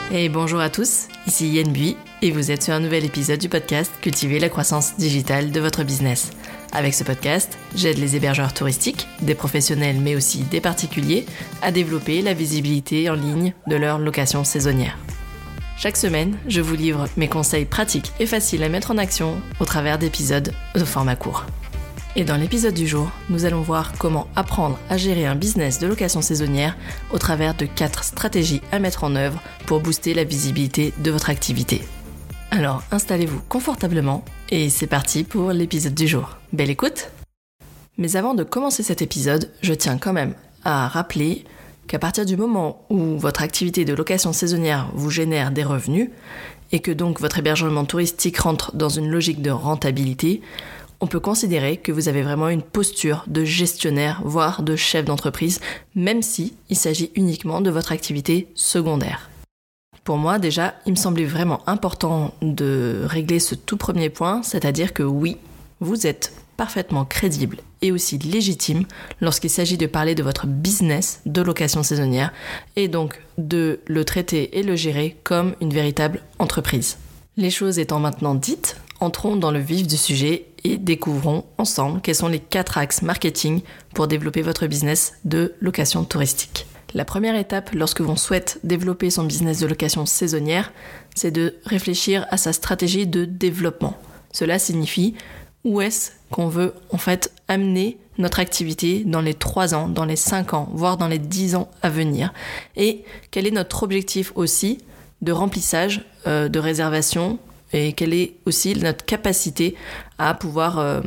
Et bonjour à tous, ici Yen Bui et vous êtes sur un nouvel épisode du podcast Cultiver la croissance digitale de votre business. Avec ce podcast, j'aide les hébergeurs touristiques, des professionnels mais aussi des particuliers, à développer la visibilité en ligne de leur location saisonnière. Chaque semaine, je vous livre mes conseils pratiques et faciles à mettre en action au travers d'épisodes de format court. Et dans l'épisode du jour, nous allons voir comment apprendre à gérer un business de location saisonnière au travers de 4 stratégies à mettre en œuvre pour booster la visibilité de votre activité. Alors installez-vous confortablement et c'est parti pour l'épisode du jour. Belle écoute! Mais avant de commencer cet épisode, je tiens quand même à rappeler qu'à partir du moment où votre activité de location saisonnière vous génère des revenus et que donc votre hébergement touristique rentre dans une logique de rentabilité, on peut considérer que vous avez vraiment une posture de gestionnaire, voire de chef d'entreprise, même si il s'agit uniquement de votre activité secondaire. Pour moi, déjà, il me semblait vraiment important de régler ce tout premier point, c'est-à-dire que oui, vous êtes parfaitement crédible et aussi légitime lorsqu'il s'agit de parler de votre business de location saisonnière et donc de le traiter et le gérer comme une véritable entreprise. Les choses étant maintenant dites, entrons dans le vif du sujet et découvrons ensemble quels sont les 4 axes marketing pour développer votre business de location touristique. La première étape lorsque l'on souhaite développer son business de location saisonnière, c'est de réfléchir à sa stratégie de développement. Cela signifie où est-ce qu'on veut en fait amener notre activité dans les 3 ans, dans les 5 ans, voire dans les 10 ans à venir. Et quel est notre objectif aussi de remplissage de réservation et quelle est aussi notre capacité à pouvoir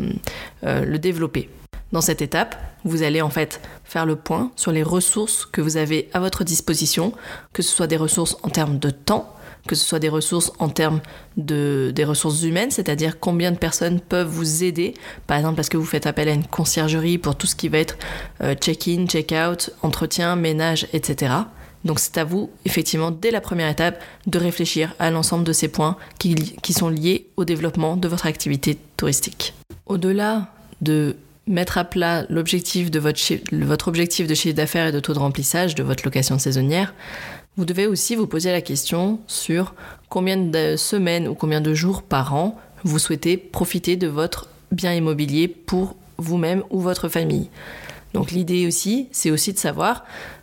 le développer. Dans cette étape, vous allez en fait faire le point sur les ressources que vous avez à votre disposition, que ce soit des ressources en termes de temps, que ce soit des ressources en termes des ressources humaines, c'est-à-dire combien de personnes peuvent vous aider, par exemple parce que vous faites appel à une conciergerie pour tout ce qui va être check-in, check-out, entretien, ménage, etc. Donc c'est à vous, effectivement, dès la première étape, de réfléchir à l'ensemble de ces points qui sont liés au développement de votre activité touristique. Au-delà de mettre à plat l'objectif de votre objectif de chiffre d'affaires et de taux de remplissage de votre location saisonnière, vous devez aussi vous poser la question sur combien de semaines ou combien de jours par an vous souhaitez profiter de votre bien immobilier pour vous-même ou votre famille. Donc l'idée aussi, c'est aussi de savoir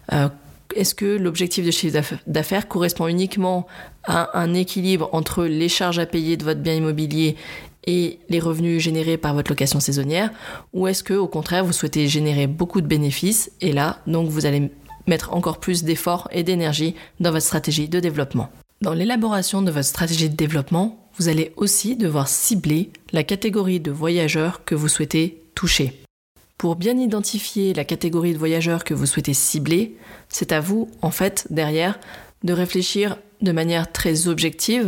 est-ce que l'objectif de chiffre d'affaires correspond uniquement à un équilibre entre les charges à payer de votre bien immobilier et les revenus générés par votre location saisonnière, ou est-ce que au contraire vous souhaitez générer beaucoup de bénéfices et là donc vous allez mettre encore plus d'efforts et d'énergie dans votre stratégie de développement. Dans l'élaboration de votre stratégie de développement, vous allez aussi devoir cibler la catégorie de voyageurs que vous souhaitez toucher. Pour bien identifier la catégorie de voyageurs que vous souhaitez cibler, c'est à vous, en fait, derrière, de réfléchir de manière très objective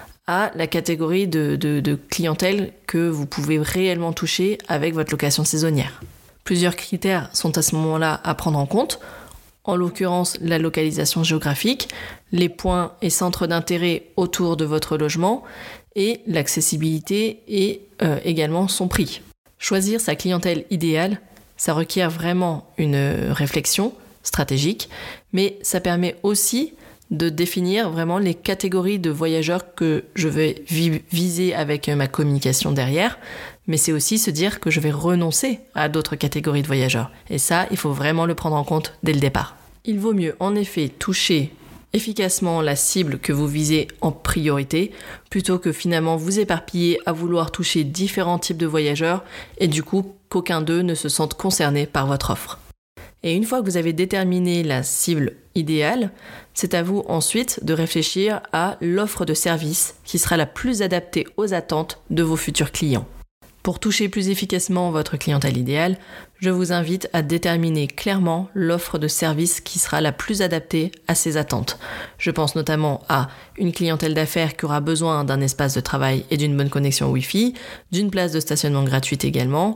à la catégorie de clientèle que vous pouvez réellement toucher avec votre location saisonnière. Plusieurs critères sont à ce moment-là à prendre en compte, en l'occurrence la localisation géographique, les points et centres d'intérêt autour de votre logement et l'accessibilité et également son prix. Choisir sa clientèle idéale, ça requiert vraiment une réflexion stratégique, mais ça permet aussi de définir vraiment les catégories de voyageurs que je vais viser avec ma communication derrière, mais c'est aussi se dire que je vais renoncer à d'autres catégories de voyageurs. Et ça, il faut vraiment le prendre en compte dès le départ. Il vaut mieux en effet toucher efficacement la cible que vous visez en priorité, plutôt que finalement vous éparpiller à vouloir toucher différents types de voyageurs et du coup qu'aucun d'eux ne se sente concerné par votre offre. Et une fois que vous avez déterminé la cible idéale, c'est à vous ensuite de réfléchir à l'offre de service qui sera la plus adaptée aux attentes de vos futurs clients. Pour toucher plus efficacement votre clientèle idéale, je vous invite à déterminer clairement l'offre de service qui sera la plus adaptée à ses attentes. Je pense notamment à une clientèle d'affaires qui aura besoin d'un espace de travail et d'une bonne connexion Wi-Fi, d'une place de stationnement gratuite également.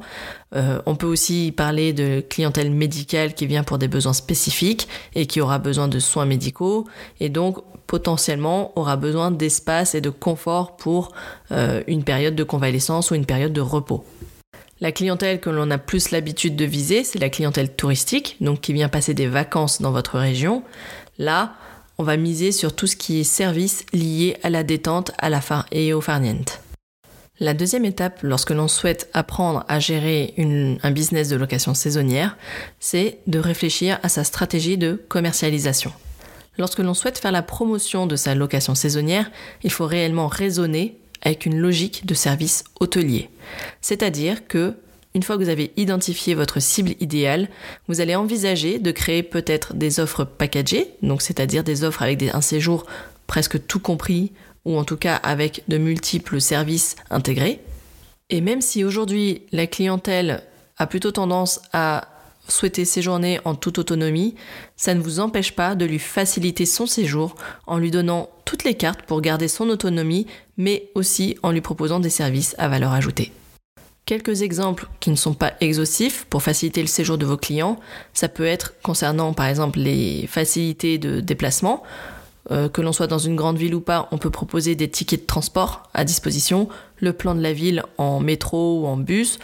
On peut aussi parler de clientèle médicale qui vient pour des besoins spécifiques et qui aura besoin de soins médicaux et donc potentiellement aura besoin d'espace et de confort pour une période de convalescence ou une période de repos. La clientèle que l'on a plus l'habitude de viser, c'est la clientèle touristique, donc qui vient passer des vacances dans votre région. Là, on va miser sur tout ce qui est service lié à la détente et au farniente. La deuxième étape, lorsque l'on souhaite apprendre à gérer un business de location saisonnière, c'est de réfléchir à sa stratégie de commercialisation. Lorsque l'on souhaite faire la promotion de sa location saisonnière, il faut réellement raisonner avec une logique de service hôtelier. C'est-à-dire que, une fois que vous avez identifié votre cible idéale, vous allez envisager de créer peut-être des offres packagées, donc c'est-à-dire des offres avec un séjour presque tout compris, ou en tout cas avec de multiples services intégrés. Et même si aujourd'hui la clientèle a plutôt tendance à souhaiter séjourner en toute autonomie, ça ne vous empêche pas de lui faciliter son séjour en lui donnant toutes les cartes pour garder son autonomie, mais aussi en lui proposant des services à valeur ajoutée. Quelques exemples qui ne sont pas exhaustifs pour faciliter le séjour de vos clients, ça peut être concernant par exemple les facilités de déplacement. Que l'on soit dans une grande ville ou pas, on peut proposer des tickets de transport à disposition, le plan de la ville en métro ou en bus,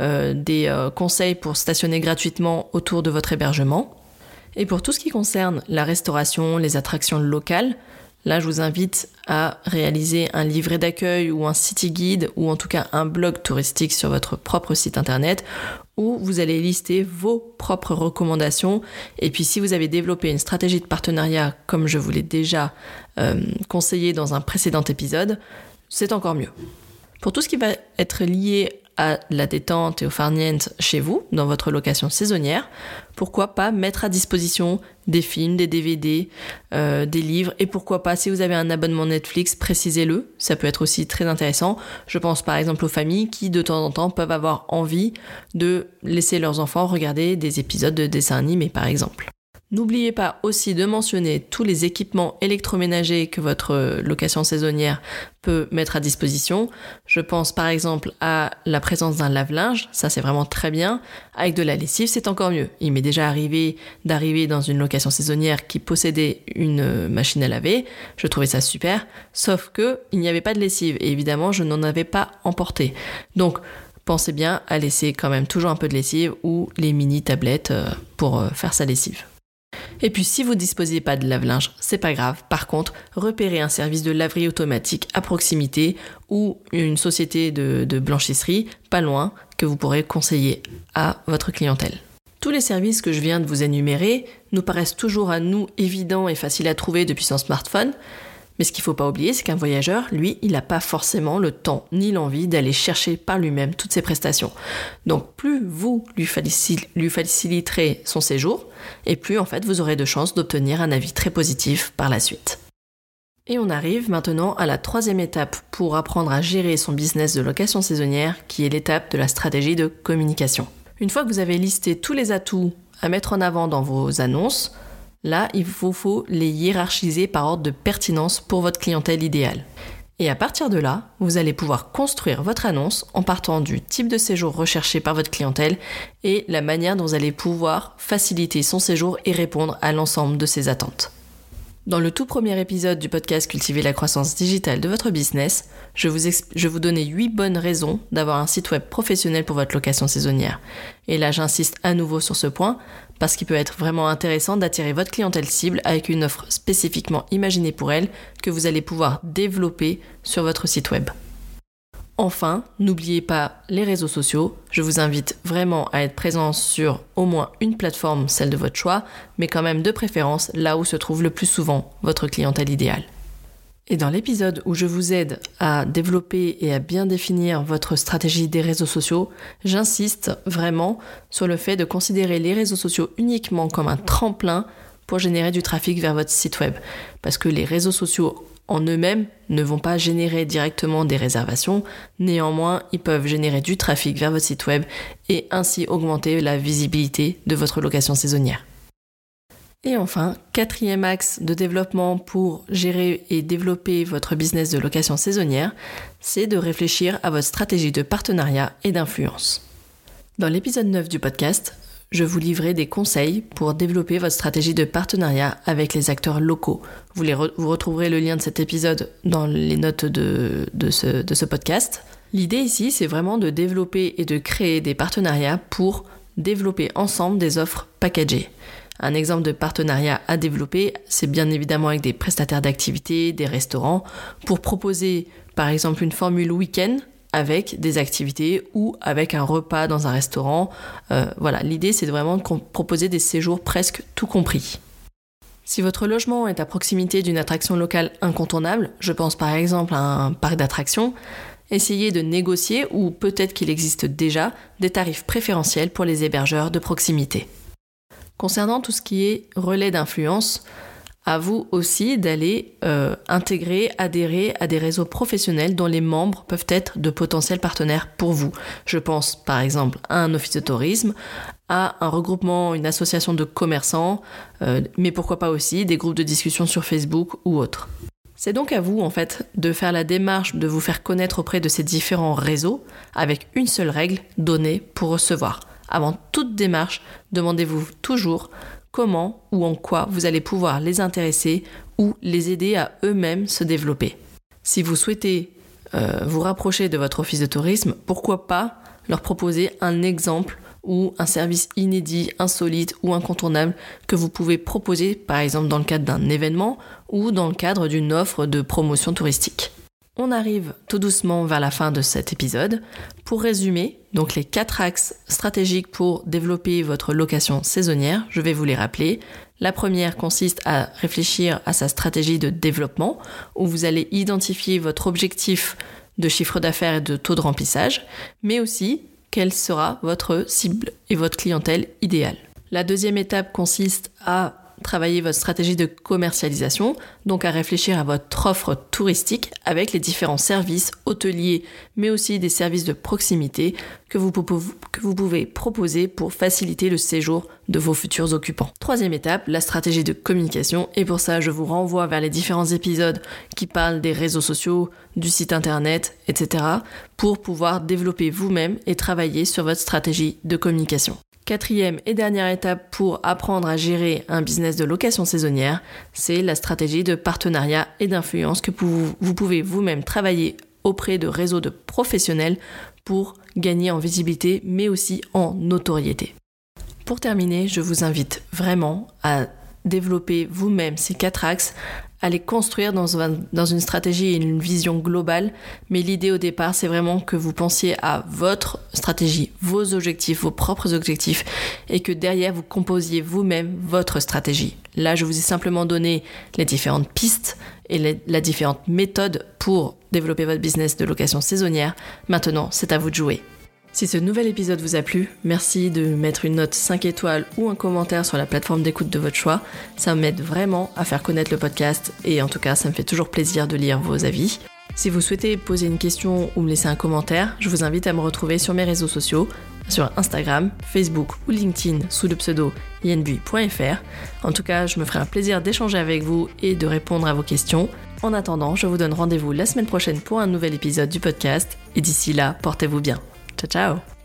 des conseils pour stationner gratuitement autour de votre hébergement. Et pour tout ce qui concerne la restauration, les attractions locales, là je vous invite à réaliser un livret d'accueil ou un city guide ou en tout cas un blog touristique sur votre propre site internet où vous allez lister vos propres recommandations. Et puis si vous avez développé une stratégie de partenariat comme je vous l'ai déjà conseillé dans un précédent épisode, c'est encore mieux. Pour tout ce qui va être lié à la détente et au farniente chez vous, dans votre location saisonnière, pourquoi pas mettre à disposition des films, des DVD, des livres, et pourquoi pas, si vous avez un abonnement Netflix, précisez-le, ça peut être aussi très intéressant. Je pense par exemple aux familles qui de temps en temps peuvent avoir envie de laisser leurs enfants regarder des épisodes de dessins animés par exemple. N'oubliez pas aussi de mentionner tous les équipements électroménagers que votre location saisonnière peut mettre à disposition. Je pense par exemple à la présence d'un lave-linge, ça c'est vraiment très bien. Avec de la lessive, c'est encore mieux. Il m'est déjà arrivé d'arriver dans une location saisonnière qui possédait une machine à laver. Je trouvais ça super, sauf que il n'y avait pas de lessive et évidemment je n'en avais pas emporté. Donc pensez bien à laisser quand même toujours un peu de lessive ou les mini tablettes pour faire sa lessive. Et puis si vous ne disposez pas de lave-linge, c'est pas grave. Par contre, repérez un service de laverie automatique à proximité ou une société de blanchisserie pas loin que vous pourrez conseiller à votre clientèle. Tous les services que je viens de vous énumérer nous paraissent toujours à nous évidents et faciles à trouver depuis son smartphone. Mais ce qu'il ne faut pas oublier, c'est qu'un voyageur, lui, il n'a pas forcément le temps ni l'envie d'aller chercher par lui-même toutes ces prestations. Donc plus vous lui faciliterez son séjour, et plus en fait vous aurez de chances d'obtenir un avis très positif par la suite. Et on arrive maintenant à la troisième étape pour apprendre à gérer son business de location saisonnière, qui est l'étape de la stratégie de communication. Une fois que vous avez listé tous les atouts à mettre en avant dans vos annonces, là, il vous faut les hiérarchiser par ordre de pertinence pour votre clientèle idéale. Et à partir de là, vous allez pouvoir construire votre annonce en partant du type de séjour recherché par votre clientèle et la manière dont vous allez pouvoir faciliter son séjour et répondre à l'ensemble de ses attentes. Dans le tout premier épisode du podcast Cultiver la croissance digitale de votre business, je vous donnais 8 bonnes raisons d'avoir un site web professionnel pour votre location saisonnière. Et là, j'insiste à nouveau sur ce point parce qu'il peut être vraiment intéressant d'attirer votre clientèle cible avec une offre spécifiquement imaginée pour elle que vous allez pouvoir développer sur votre site web. Enfin, n'oubliez pas les réseaux sociaux. Je vous invite vraiment à être présent sur au moins une plateforme, celle de votre choix, mais quand même de préférence là où se trouve le plus souvent votre clientèle idéale. Et dans l'épisode où je vous aide à développer et à bien définir votre stratégie des réseaux sociaux, j'insiste vraiment sur le fait de considérer les réseaux sociaux uniquement comme un tremplin pour générer du trafic vers votre site web. Parce que les réseaux sociaux en eux-mêmes ne vont pas générer directement des réservations, néanmoins ils peuvent générer du trafic vers votre site web et ainsi augmenter la visibilité de votre location saisonnière. Et enfin, quatrième axe de développement pour gérer et développer votre business de location saisonnière, c'est de réfléchir à votre stratégie de partenariat et d'influence. Dans l'épisode 9 du podcast, je vous livrerai des conseils pour développer votre stratégie de partenariat avec les acteurs locaux. Vous retrouverez le lien de cet épisode dans les notes de ce podcast. L'idée ici, c'est vraiment de développer et de créer des partenariats pour développer ensemble des offres packagées. Un exemple de partenariat à développer, c'est bien évidemment avec des prestataires d'activités, des restaurants, pour proposer par exemple une formule week-end avec des activités ou avec un repas dans un restaurant. L'idée c'est vraiment de proposer des séjours presque tout compris. Si votre logement est à proximité d'une attraction locale incontournable, je pense par exemple à un parc d'attractions, essayez de négocier, ou peut-être qu'il existe déjà, des tarifs préférentiels pour les hébergeurs de proximité. Concernant tout ce qui est relais d'influence, à vous aussi d'aller adhérer à des réseaux professionnels dont les membres peuvent être de potentiels partenaires pour vous. Je pense par exemple à un office de tourisme, à un regroupement, une association de commerçants, mais pourquoi pas aussi des groupes de discussion sur Facebook ou autres. C'est donc à vous en fait de faire la démarche de vous faire connaître auprès de ces différents réseaux avec une seule règle, donner pour recevoir. Avant toute démarche, demandez-vous toujours comment ou en quoi vous allez pouvoir les intéresser ou les aider à eux-mêmes se développer. Si vous souhaitez vous rapprocher de votre office de tourisme, pourquoi pas leur proposer un exemple ou un service inédit, insolite ou incontournable que vous pouvez proposer par exemple dans le cadre d'un événement ou dans le cadre d'une offre de promotion touristique. On arrive tout doucement vers la fin de cet épisode. Pour résumer, donc les 4 axes stratégiques pour développer votre location saisonnière, je vais vous les rappeler. La première consiste à réfléchir à sa stratégie de développement, où vous allez identifier votre objectif de chiffre d'affaires et de taux de remplissage, mais aussi quelle sera votre cible et votre clientèle idéale. La deuxième étape consiste à travailler votre stratégie de commercialisation, donc à réfléchir à votre offre touristique avec les différents services hôteliers, mais aussi des services de proximité que vous pouvez proposer pour faciliter le séjour de vos futurs occupants. Troisième étape, la stratégie de communication, et pour ça je vous renvoie vers les différents épisodes qui parlent des réseaux sociaux, du site internet, etc. pour pouvoir développer vous-même et travailler sur votre stratégie de communication. Quatrième et dernière étape pour apprendre à gérer un business de location saisonnière, c'est la stratégie de partenariat et d'influence que vous pouvez vous-même travailler auprès de réseaux de professionnels pour gagner en visibilité mais aussi en notoriété. Pour terminer, je vous invite vraiment à développer vous-même ces 4 axes, à les construire dans une stratégie et une vision globale, mais l'idée au départ, c'est vraiment que vous pensiez à votre stratégie, vos objectifs, vos propres objectifs, et que derrière, vous composiez vous-même votre stratégie. Là, je vous ai simplement donné les différentes pistes et la différentes méthodes pour développer votre business de location saisonnière. Maintenant, c'est à vous de jouer. Si ce nouvel épisode vous a plu, merci de mettre une note 5 étoiles ou un commentaire sur la plateforme d'écoute de votre choix. Ça m'aide vraiment à faire connaître le podcast et en tout cas, ça me fait toujours plaisir de lire vos avis. Si vous souhaitez poser une question ou me laisser un commentaire, je vous invite à me retrouver sur mes réseaux sociaux, sur Instagram, Facebook ou LinkedIn sous le pseudo yenbui.fr. En tout cas, je me ferai un plaisir d'échanger avec vous et de répondre à vos questions. En attendant, je vous donne rendez-vous la semaine prochaine pour un nouvel épisode du podcast et d'ici là, portez-vous bien. Ciao, ciao!